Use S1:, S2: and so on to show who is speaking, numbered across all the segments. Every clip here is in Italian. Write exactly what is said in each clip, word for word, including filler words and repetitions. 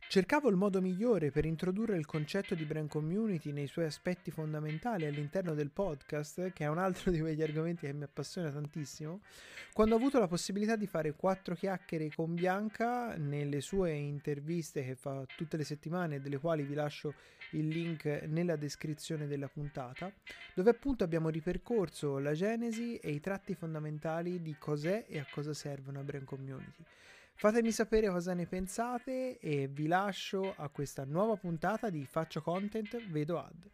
S1: Cercavo il modo migliore per introdurre il concetto di brand community nei suoi aspetti fondamentali all'interno del podcast, che è un altro di quegli argomenti che mi appassiona tantissimo, quando ho avuto la possibilità di fare quattro chiacchiere con Bianca nelle sue interviste che fa tutte le settimane, delle quali vi lascio il link nella descrizione della puntata, dove appunto abbiamo ripercorso la genesi e i tratti fondamentali di cos'è e a cosa serve una brand community. Fatemi sapere cosa ne pensate e vi lascio a questa nuova puntata di Faccio Content, Vedo Ad.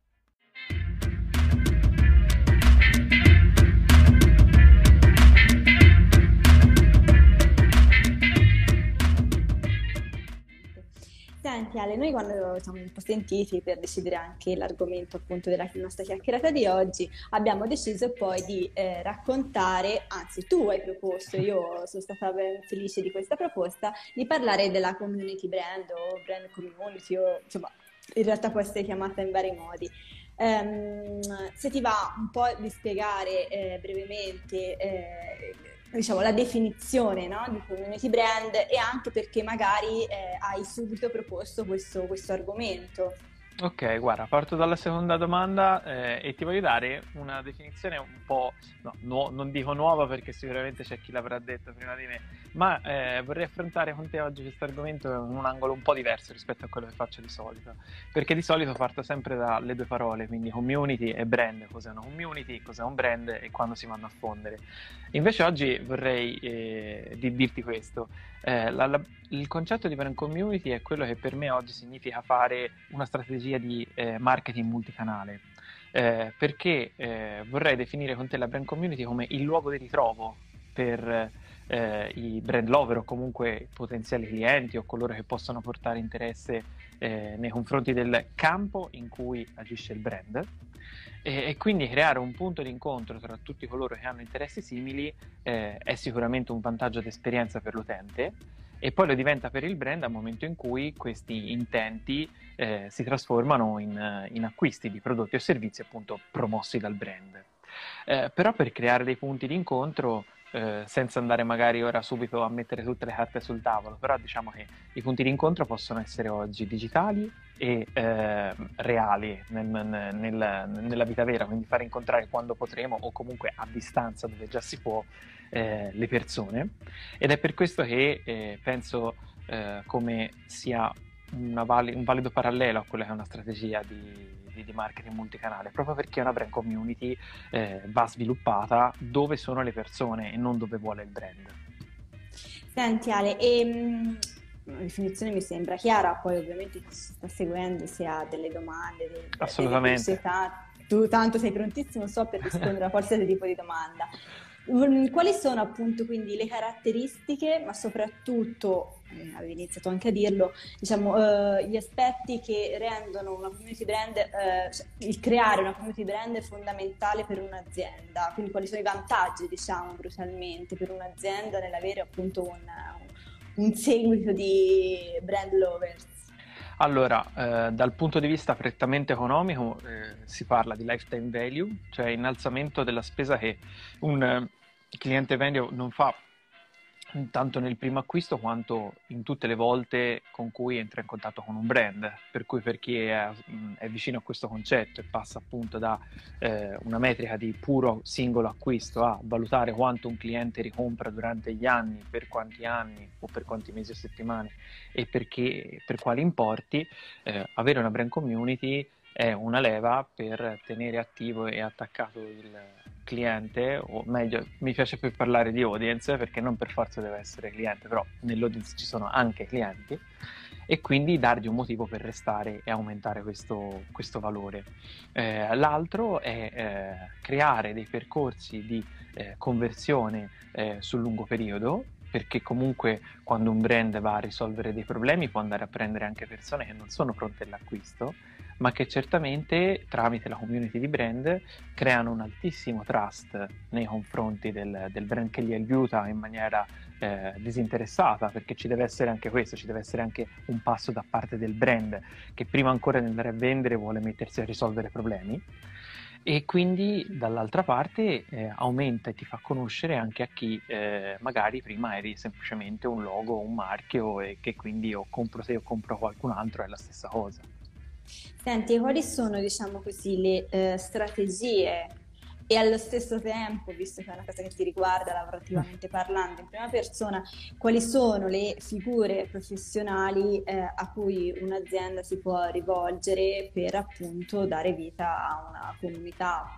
S2: Senti Ale, noi quando siamo un po' sentiti per decidere anche l'argomento appunto della nostra chiacchierata di oggi, abbiamo deciso poi di eh, raccontare, anzi tu hai proposto, io sono stata ben felice di questa proposta, di parlare della community brand o brand community o insomma in realtà può essere chiamata in vari modi. Um, se ti va un po' di spiegare eh, brevemente eh, diciamo la definizione, no, di community brand e anche perché magari eh, hai subito proposto questo, questo argomento.
S3: Ok, guarda, parto dalla seconda domanda eh, e ti voglio dare una definizione un po', no, nu- non dico nuova perché sicuramente c'è chi l'avrà detto prima di me, ma eh, vorrei affrontare con te oggi questo argomento in un angolo un po' diverso rispetto a quello che faccio di solito, perché di solito parto sempre dalle due parole, quindi community e brand, cos'è una community, cos'è un brand e quando si vanno a fondere. Invece oggi vorrei eh, di dirti questo. Eh, la, la, il concetto di brand community è quello che per me oggi significa fare una strategia di eh, marketing multicanale, eh, perché eh, vorrei definire con te la brand community come il luogo di ritrovo per eh, i brand lover o comunque potenziali clienti o coloro che possono portare interesse eh, nei confronti del campo in cui agisce il brand. E, e quindi creare un punto di incontro tra tutti coloro che hanno interessi simili eh, è sicuramente un vantaggio d'esperienza per l'utente e poi lo diventa per il brand al momento in cui questi intenti eh, si trasformano in, in acquisti di prodotti o servizi appunto promossi dal brand. Eh, però per creare dei punti di incontro eh, senza andare magari ora subito a mettere tutte le carte sul tavolo, però diciamo che i punti di incontro possono essere oggi digitali e eh, reali nel, nel, nella vita vera, quindi fare incontrare quando potremo o comunque a distanza dove già si può eh, le persone, ed è per questo che eh, penso eh, come sia una vali- un valido parallelo a quella che è una strategia di di marketing multicanale, proprio perché una brand community eh, va sviluppata dove sono le persone e non dove vuole il brand.
S2: Senti Ale, e, la definizione mi sembra chiara, poi ovviamente chi si sta seguendo se ha delle domande, delle,
S3: assolutamente,
S2: delle curiosità, tu tanto sei prontissimo so per rispondere a qualsiasi tipo di domanda. Quali sono appunto quindi le caratteristiche, ma soprattutto, eh, avevi iniziato anche a dirlo, diciamo, eh, gli aspetti che rendono una community brand, eh, cioè, il creare una community brand è fondamentale per un'azienda, quindi quali sono i vantaggi, diciamo, brutalmente per un'azienda nell'avere appunto un, un seguito di brand lovers?
S3: Allora, eh, dal punto di vista prettamente economico eh, si parla di lifetime value, cioè innalzamento della spesa che un eh, cliente medio non fa tanto nel primo acquisto quanto in tutte le volte con cui entra in contatto con un brand, per cui per chi è, è vicino a questo concetto e passa appunto da eh, una metrica di puro singolo acquisto a valutare quanto un cliente ricompra durante gli anni, per quanti anni o per quanti mesi o settimane e perché, per quali importi, eh, avere una brand community è una leva per tenere attivo e attaccato il cliente, o meglio, mi piace più parlare di audience perché non per forza deve essere cliente, però nell'audience ci sono anche clienti, e quindi dargli un motivo per restare e aumentare questo, questo valore. Eh, l'altro è eh, creare dei percorsi di eh, conversione eh, sul lungo periodo, perché comunque quando un brand va a risolvere dei problemi può andare a prendere anche persone che non sono pronte all'acquisto, ma che certamente tramite la community di brand creano un altissimo trust nei confronti del, del brand che li aiuta in maniera eh, disinteressata, perché ci deve essere anche questo, ci deve essere anche un passo da parte del brand che prima ancora di andare a vendere vuole mettersi a risolvere problemi. e quindi dall'altra parte eh, aumenta e ti fa conoscere anche a chi eh, magari prima eri semplicemente un logo o un marchio e che quindi o compro te o compro qualcun altro è la stessa cosa.
S2: Senti, quali sono, diciamo così, le eh, strategie e allo stesso tempo, visto che è una cosa che ti riguarda lavorativamente parlando in prima persona, quali sono le figure professionali eh, a cui un'azienda si può rivolgere per appunto dare vita a una comunità?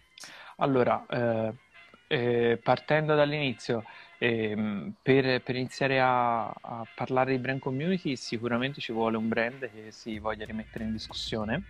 S3: Allora, eh, eh, partendo dall'inizio, ehm, per, per iniziare a, a parlare di brand community, sicuramente ci vuole un brand che si voglia rimettere in discussione,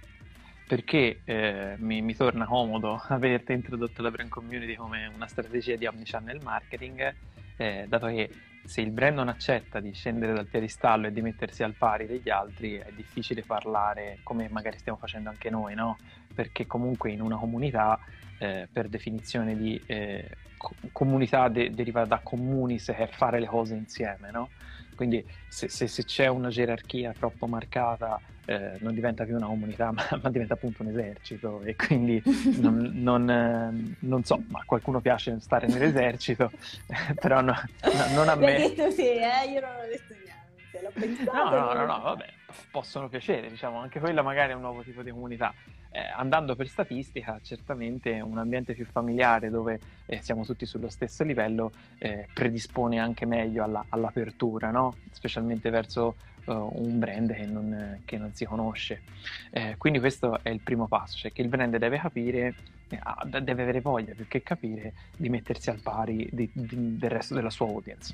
S3: perché eh, mi, mi torna comodo averti introdotto la brand community come una strategia di omnichannel marketing, eh, dato che se il brand non accetta di scendere dal piedistallo e di mettersi al pari degli altri, è difficile parlare come magari stiamo facendo anche noi, no? Perché comunque in una comunità, eh, per definizione di eh, co- comunità de- deriva da communis, che è fare le cose insieme, no? Quindi se, se, se c'è una gerarchia troppo marcata, eh, non diventa più una comunità, ma, ma diventa appunto un esercito, e quindi non, non, eh, non so, ma a qualcuno piace stare nell'esercito, però no, no, non a me.
S2: L'hai detto sì, eh? Io non ho detto niente, l'ho pensato.
S3: No, no, no, no, vabbè, possono piacere, diciamo, anche quella magari è un nuovo tipo di comunità. Eh, andando per statistica, certamente un ambiente più familiare dove eh, siamo tutti sullo stesso livello eh, predispone anche meglio alla, all'apertura, no? Specialmente verso uh, un brand che non, che non si conosce. Eh, quindi questo è il primo passo, cioè che il brand deve capire, eh, deve avere voglia più che capire di mettersi al pari di, di, del resto della sua audience.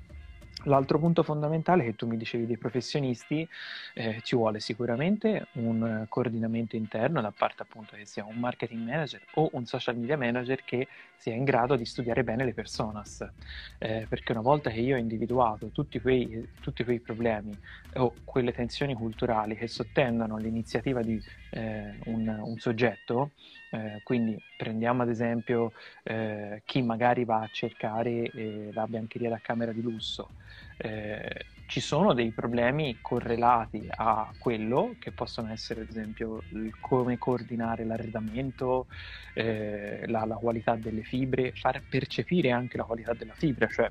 S3: L'altro punto fondamentale che tu mi dicevi dei professionisti, eh, ci vuole sicuramente un coordinamento interno da parte appunto che sia un marketing manager o un social media manager che sia in grado di studiare bene le personas, eh, perché una volta che io ho individuato tutti quei, tutti quei problemi o quelle tensioni culturali che sottendono l'iniziativa di eh, un, un soggetto, eh, quindi prendiamo ad esempio eh, chi magari va a cercare eh, la biancheria da camera di lusso. Eh, ci sono dei problemi correlati a quello che possono essere ad esempio il come coordinare l'arredamento, eh, la, la qualità delle fibre, far percepire anche la qualità della fibra, cioè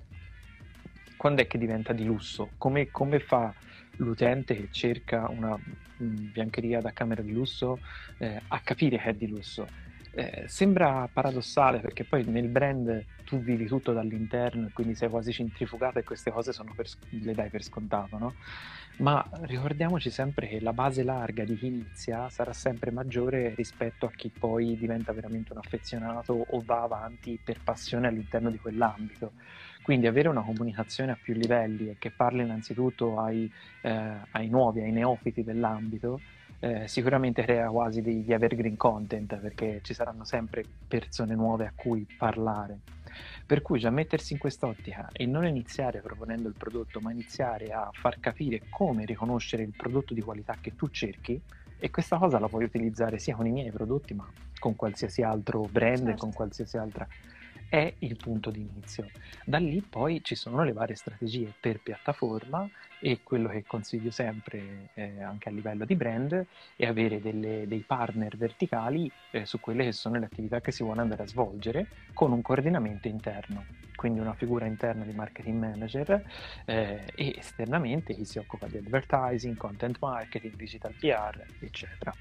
S3: quando è che diventa di lusso, come, come fa l'utente che cerca una mh, biancheria da camera di lusso eh, a capire che è di lusso. Eh, sembra paradossale perché poi nel brand tu vivi tutto dall'interno e quindi sei quasi centrifugato e queste cose sono per, le dai per scontato, no? Ma ricordiamoci sempre che la base larga di chi inizia sarà sempre maggiore rispetto a chi poi diventa veramente un affezionato o va avanti per passione all'interno di quell'ambito. Quindi avere una comunicazione a più livelli e che parli innanzitutto ai, eh, ai nuovi, ai neofiti dell'ambito, Eh, sicuramente crea quasi degli evergreen content perché ci saranno sempre persone nuove a cui parlare. Per cui già mettersi in quest'ottica e non iniziare proponendo il prodotto, ma iniziare a far capire come riconoscere il prodotto di qualità che tu cerchi, e questa cosa la puoi utilizzare sia con i miei prodotti ma con qualsiasi altro brand, certo, con qualsiasi altra, è il punto di inizio. Da lì poi ci sono le varie strategie per piattaforma e quello che consiglio sempre eh, anche a livello di brand è avere delle, dei partner verticali eh, su quelle che sono le attività che si vuole andare a svolgere con un coordinamento interno, quindi una figura interna di marketing manager eh, e esternamente chi si occupa di advertising, content marketing, digital P R, eccetera.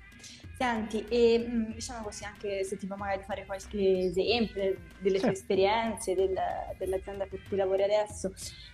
S2: Senti, e diciamo così, anche se ti va magari fare qualche esempio delle tue sì. esperienze, del, dell'azienda per cui lavori adesso,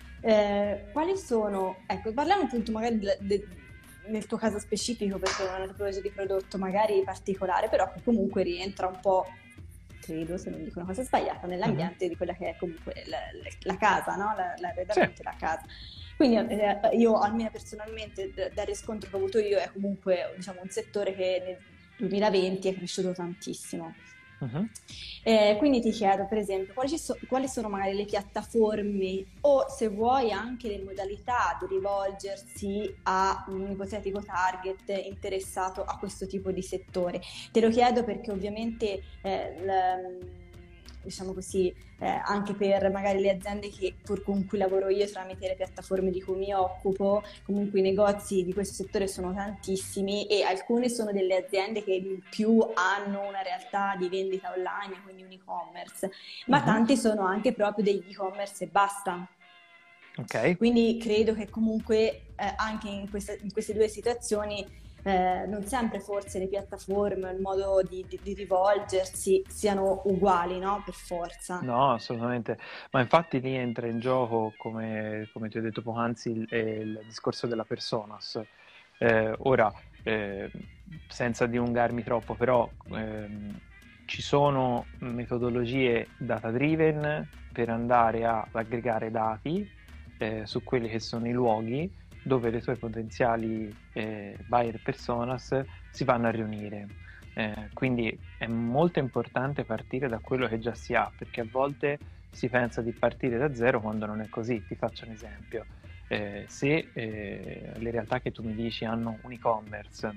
S2: eh, quali sono, ecco, parliamo appunto magari de, de, nel tuo caso specifico perché è una tipologia di prodotto magari particolare, però che comunque rientra un po', credo, se non dico una cosa sbagliata, nell'ambiente mm-hmm. di quella che è comunque la, la, la casa, no? L'arredamento sì. della casa. Quindi eh, io almeno personalmente dal riscontro che ho avuto io è comunque diciamo un settore che nel duemilaventi è cresciuto tantissimo. Uh-huh. Eh, quindi ti chiedo per esempio quali, so, quali sono magari le piattaforme o se vuoi anche le modalità di rivolgersi a un ipotetico target interessato a questo tipo di settore. Te lo chiedo perché ovviamente eh, l- diciamo così, eh, anche per magari le aziende che, pur con cui lavoro io tramite le piattaforme di cui mi occupo, comunque i negozi di questo settore sono tantissimi e alcune sono delle aziende che in più hanno una realtà di vendita online, quindi un e-commerce, ma uh-huh. tanti sono anche proprio degli e-commerce e basta.
S3: Okay.
S2: Quindi credo che comunque eh, anche in, questa, in queste due situazioni Eh, non sempre forse le piattaforme, il modo di, di, di rivolgersi siano uguali, no? Per forza.
S3: No, assolutamente. Ma infatti lì entra in gioco, come, come ti ho detto poc'anzi, il, il discorso della personas. Eh, ora, eh, senza dilungarmi troppo, però ehm, ci sono metodologie data-driven per andare a, ad aggregare dati eh, su quelli che sono i luoghi dove le tue potenziali eh, buyer personas si vanno a riunire. Eh, quindi è molto importante partire da quello che già si ha, perché a volte si pensa di partire da zero quando non è così. Ti faccio un esempio. Eh, se eh, le realtà che tu mi dici hanno un e-commerce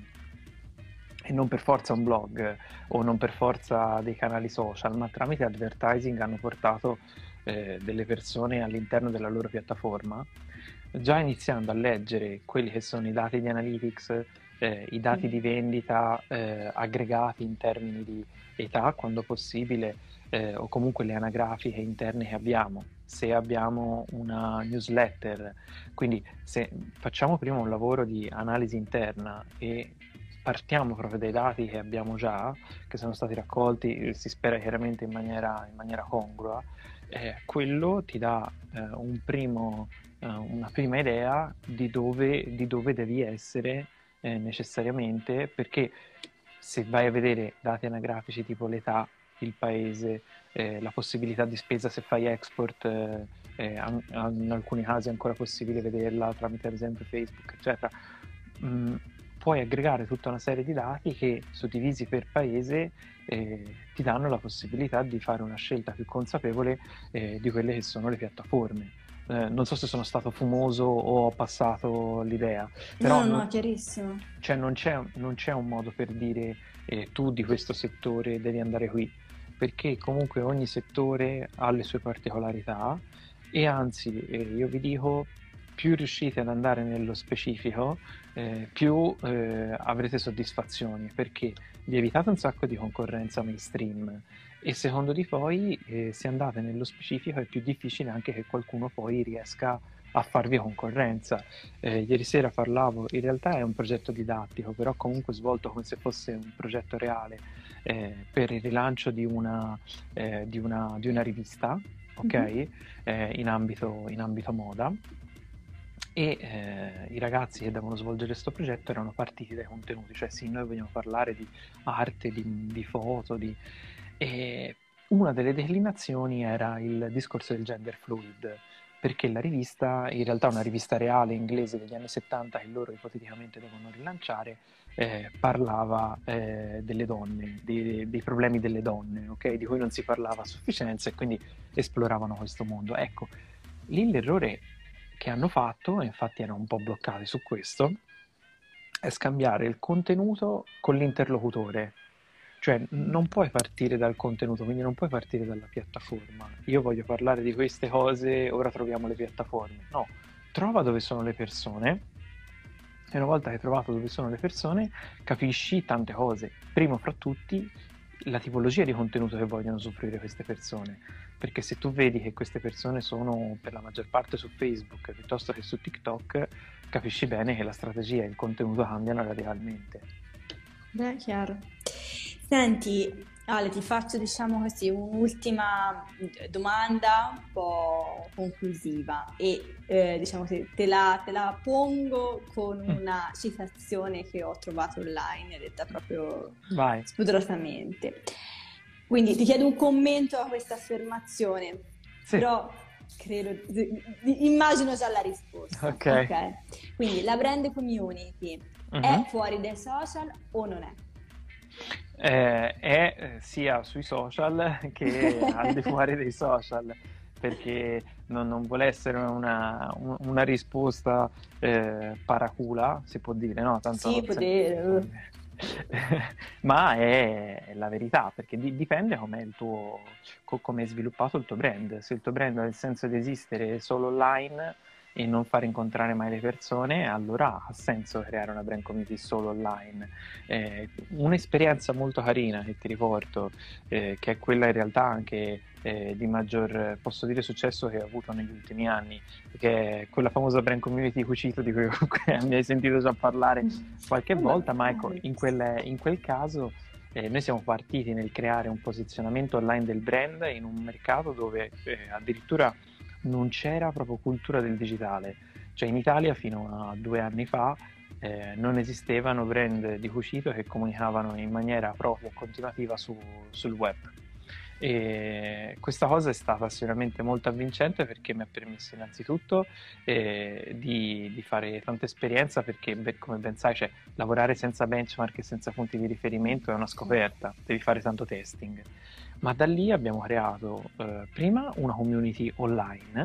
S3: e non per forza un blog o non per forza dei canali social, ma tramite advertising hanno portato eh, delle persone all'interno della loro piattaforma, già iniziando a leggere quelli che sono i dati di analytics, eh, i dati di vendita eh, aggregati in termini di età, quando possibile, eh, o comunque le anagrafiche interne che abbiamo, se abbiamo una newsletter. Quindi se facciamo prima un lavoro di analisi interna e partiamo proprio dai dati che abbiamo già, che sono stati raccolti, si spera chiaramente in maniera, in maniera congrua, eh, quello ti dà eh, un primo una prima idea di dove, di dove devi essere eh, necessariamente, perché se vai a vedere dati anagrafici tipo l'età, il paese, eh, la possibilità di spesa se fai export, eh, eh, an- in alcuni casi è ancora possibile vederla tramite ad esempio Facebook, eccetera, mm, puoi aggregare tutta una serie di dati che suddivisi per paese eh, ti danno la possibilità di fare una scelta più consapevole eh, di quelle che sono le piattaforme. Eh, non so se sono stato fumoso o ho passato l'idea, però
S2: no, no,
S3: non,
S2: chiarissimo.
S3: Cioè non c'è, non c'è un modo per dire eh, tu di questo settore devi andare qui, perché comunque ogni settore ha le sue particolarità e anzi eh, io vi dico, più riuscite ad andare nello specifico, eh, più eh, avrete soddisfazioni, perché vi evitate un sacco di concorrenza mainstream. E secondo di poi, eh, se andate nello specifico, è più difficile anche che qualcuno poi riesca a farvi concorrenza. Eh, ieri sera parlavo, in realtà è un progetto didattico, però comunque svolto come se fosse un progetto reale, eh, per il rilancio di una, eh, di una, di una rivista, ok? Mm-hmm. Eh, in ambito, in ambito moda. E eh, i ragazzi che devono svolgere questo progetto erano partiti dai contenuti, cioè sì, noi vogliamo parlare di arte, di, di foto, di... E una delle declinazioni era il discorso del gender fluid, perché la rivista, in realtà una rivista reale inglese degli anni settanta che loro ipoteticamente devono rilanciare, eh, parlava eh, delle donne, dei, dei problemi delle donne, ok? Di cui non si parlava a sufficienza e quindi esploravano questo mondo. Ecco, lì l'errore che hanno fatto, e infatti erano un po' bloccati su questo, è scambiare il contenuto con l'interlocutore. Cioè non puoi partire dal contenuto, quindi non puoi partire dalla piattaforma. Io voglio parlare di queste cose, ora troviamo le piattaforme. No, trova dove sono le persone e una volta che hai trovato dove sono le persone capisci tante cose. Primo fra tutti la tipologia di contenuto che vogliono usufruire queste persone, perché se tu vedi che queste persone sono per la maggior parte su Facebook piuttosto che su TikTok, capisci bene che la strategia e il contenuto cambiano radicalmente.
S2: Beh, chiaro. Senti, Ale, ti faccio diciamo così un'ultima domanda un po' conclusiva e eh, diciamo così, te la, te la pongo con una citazione che ho trovato online, detta proprio
S3: Vai.
S2: spudorosamente. Quindi ti chiedo un commento a questa affermazione, sì. Però credo, immagino già la risposta.
S3: Ok.
S2: Okay. Quindi la brand community uh-huh. è fuori dai social o non è?
S3: Eh, è eh, sia sui social che al di fuori dei social, perché non, non vuole essere una, un, una risposta eh, paracula, si può dire, no? Tanto
S2: sì, può dire.
S3: ma è, è la verità, perché di- dipende com'è il tuo, co- come è sviluppato il tuo brand. Se il tuo brand ha il senso di esistere solo online e non far incontrare mai le persone, allora ha senso creare una brand community solo online. Eh, un'esperienza molto carina che ti riporto, eh, che è quella in realtà anche eh, di maggior, posso dire, successo che ho avuto negli ultimi anni, che è quella famosa brand community Cucito di cui mi hai sentito già parlare qualche volta, ma ecco, in quel, in quel caso eh, noi siamo partiti nel creare un posizionamento online del brand in un mercato dove eh, addirittura non c'era proprio cultura del digitale. Cioè in Italia fino a due anni fa eh, non esistevano brand di cucito che comunicavano in maniera propria e continuativa su, sul web. E questa cosa è stata sicuramente molto avvincente perché mi ha permesso innanzitutto eh, di, di fare tanta esperienza, perché beh, come ben sai, cioè, lavorare senza benchmark e senza punti di riferimento è una scoperta, devi fare tanto testing. Ma da lì abbiamo creato eh, prima una community online,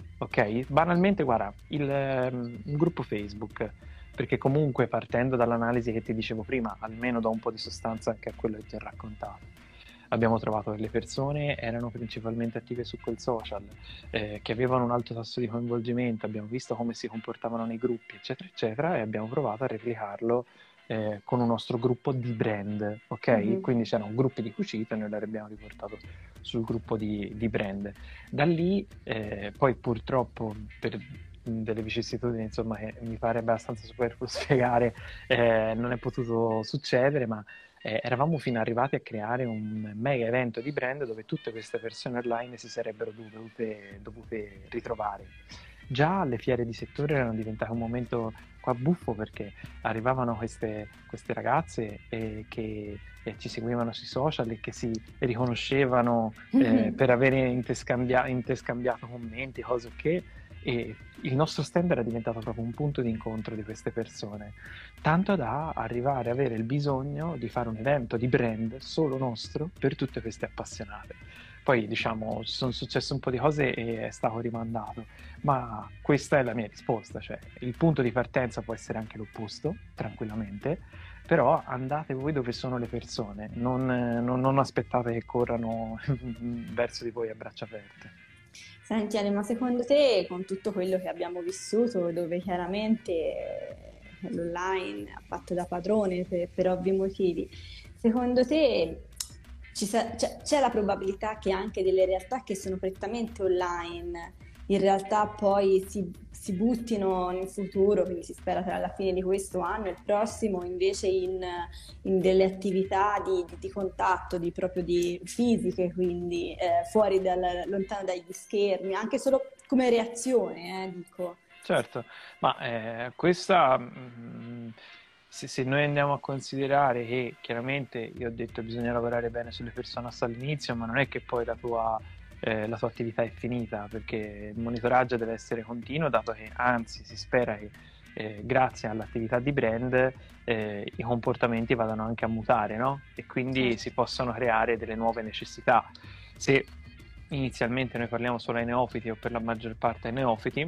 S3: ok? Banalmente, guarda, il, um, un gruppo Facebook, perché comunque partendo dall'analisi che ti dicevo prima, almeno do un po' di sostanza anche a quello che ti ho raccontato. Abbiamo trovato che le persone erano principalmente attive su quel social, eh, che avevano un alto tasso di coinvolgimento, abbiamo visto come si comportavano nei gruppi, eccetera, eccetera, e abbiamo provato a replicarlo eh, con un nostro gruppo di brand, ok? Mm-hmm. Quindi c'erano gruppi di cucito e noi l'abbiamo riportato sul gruppo di, di brand. Da lì, eh, poi purtroppo per delle vicissitudini, insomma, che mi pare abbastanza superfluo spiegare, eh, non è potuto succedere, ma Eh, eravamo fino arrivati a creare un mega evento di brand dove tutte queste persone online si sarebbero dovute, dovute ritrovare. Già le fiere di settore erano diventate un momento qua buffo, perché arrivavano queste, queste ragazze eh, che eh, ci seguivano sui social e che si riconoscevano eh, mm-hmm. per avere interscambia- interscambiato commenti, cose che... E il nostro stand era diventato proprio un punto di incontro di queste persone, tanto da arrivare a avere il bisogno di fare un evento di brand solo nostro per tutte queste appassionate. Poi, diciamo, sono successe un po' di cose e è stato rimandato, ma questa è la mia risposta, cioè il punto di partenza può essere anche l'opposto, tranquillamente, però andate voi dove sono le persone, non, non, non aspettate che corrano verso di voi a braccia aperte.
S2: Senti Ale, ma secondo te, con tutto quello che abbiamo vissuto, dove chiaramente l'online ha fatto da padrone per, per ovvi motivi, secondo te ci sa- c'è, c'è la probabilità che anche delle realtà che sono prettamente online in realtà poi si, si buttino nel futuro, quindi si spera tra la fine di questo anno e il prossimo, invece in, in delle attività di, di, di contatto, di proprio di fisiche, quindi eh, fuori dal, lontano dagli schermi, anche solo come reazione, eh, dico.
S3: Certo, ma eh, questa... Mh, se, se noi andiamo a considerare che chiaramente io ho detto che bisogna lavorare bene sulle persone all'inizio, ma non è che poi la tua... Eh, la tua attività è finita, perché il monitoraggio deve essere continuo, dato che anzi si spera che eh, grazie all'attività di brand eh, i comportamenti vadano anche a mutare, no? E quindi sì. si possono creare delle nuove necessità. Se inizialmente noi parliamo solo ai neofiti o per la maggior parte ai neofiti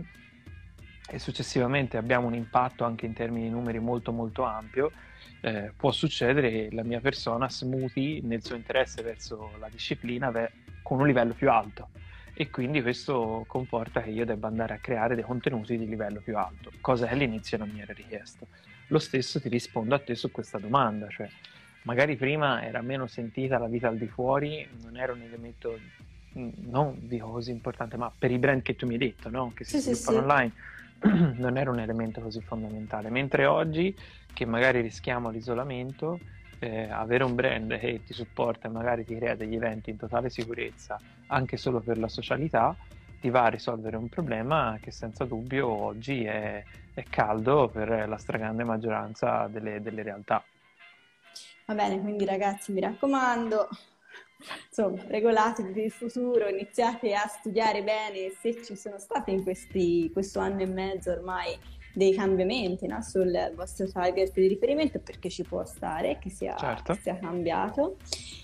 S3: e successivamente abbiamo un impatto anche in termini di numeri molto molto ampio, eh, può succedere che la mia persona smuti nel suo interesse verso la disciplina ver- con un livello più alto, e quindi questo comporta che io debba andare a creare dei contenuti di livello più alto, cosa che all'inizio non mi era richiesto. Lo stesso ti rispondo a te su questa domanda, cioè magari prima era meno sentita la vita al di fuori, non era un elemento, non dico così importante, ma per i brand che tu mi hai detto, no? Che si sì, sviluppano sì, online, sì. non era un elemento così fondamentale, mentre oggi che magari rischiamo l'isolamento, Eh, avere un brand che ti supporta e magari ti crea degli eventi in totale sicurezza anche solo per la socialità, ti va a risolvere un problema che senza dubbio oggi è, è caldo per la stragrande maggioranza delle, delle realtà.
S2: Va bene, quindi ragazzi, mi raccomando, insomma, regolatevi per il futuro, iniziate a studiare bene se ci sono state in questi, questo anno e mezzo ormai dei cambiamenti, no, sul vostro target di riferimento, perché ci può stare che sia, certo. che sia cambiato.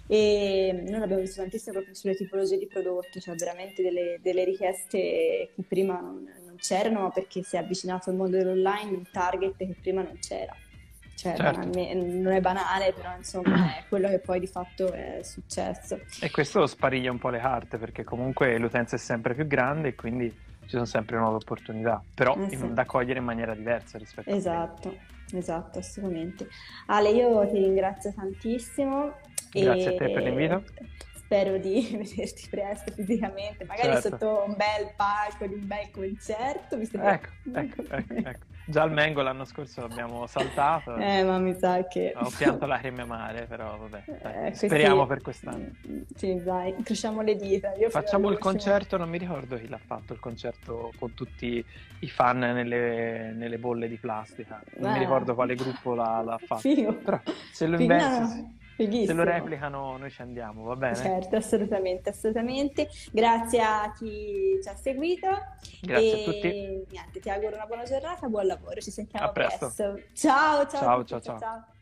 S2: E noi l'abbiamo visto tantissimo proprio sulle tipologie di prodotti, cioè veramente delle, delle richieste che prima non, non c'erano, perché si è avvicinato al mondo dell'online un target che prima non c'era. cioè
S3: Certo.
S2: banalme- non è banale, però insomma è quello che poi di fatto è successo.
S3: E questo spariglia un po' le carte, perché comunque l'utenza è sempre più grande e quindi ci sono sempre nuove opportunità, però
S2: Eh sì.
S3: in- da cogliere in maniera diversa rispetto a
S2: Esatto, esatto, assolutamente. Ale, io ti ringrazio tantissimo
S3: Grazie a te
S2: e
S3: per l'invito.
S2: spero di vederti presto fisicamente, magari
S3: Certo.
S2: sotto un bel palco di un bel concerto, visto che...
S3: Ecco, ecco, ecco, ecco. Già al Mengo l'anno scorso l'abbiamo saltato,
S2: Eh, ma mi sa che...
S3: ho pianto lacrime amare, però vabbè, dai,
S2: Eh,
S3: speriamo
S2: questi-
S3: per quest'anno.
S2: Sì, dai, incrociamo le dita. Io
S3: Facciamo il
S2: prossimo-
S3: concerto, non mi ricordo chi l'ha fatto il concerto con tutti i fan nelle, nelle bolle di plastica, non mi
S2: Ah.
S3: ricordo quale gruppo l'ha, l'ha fatto,
S2: Figo.
S3: però se lo
S2: Figo,
S3: inventi,
S2: no,
S3: se
S2: fighissimo.
S3: lo replicano noi ci andiamo, va bene?
S2: Certo, assolutamente, assolutamente. Grazie a chi ci ha seguito.
S3: Grazie
S2: e
S3: a tutti.
S2: Niente, ti auguro una buona giornata, buon lavoro, ci sentiamo
S3: A presto.
S2: presto. Ciao, ciao, a
S3: Ciao,
S2: tutti,
S3: ciao, ciao.
S2: ciao.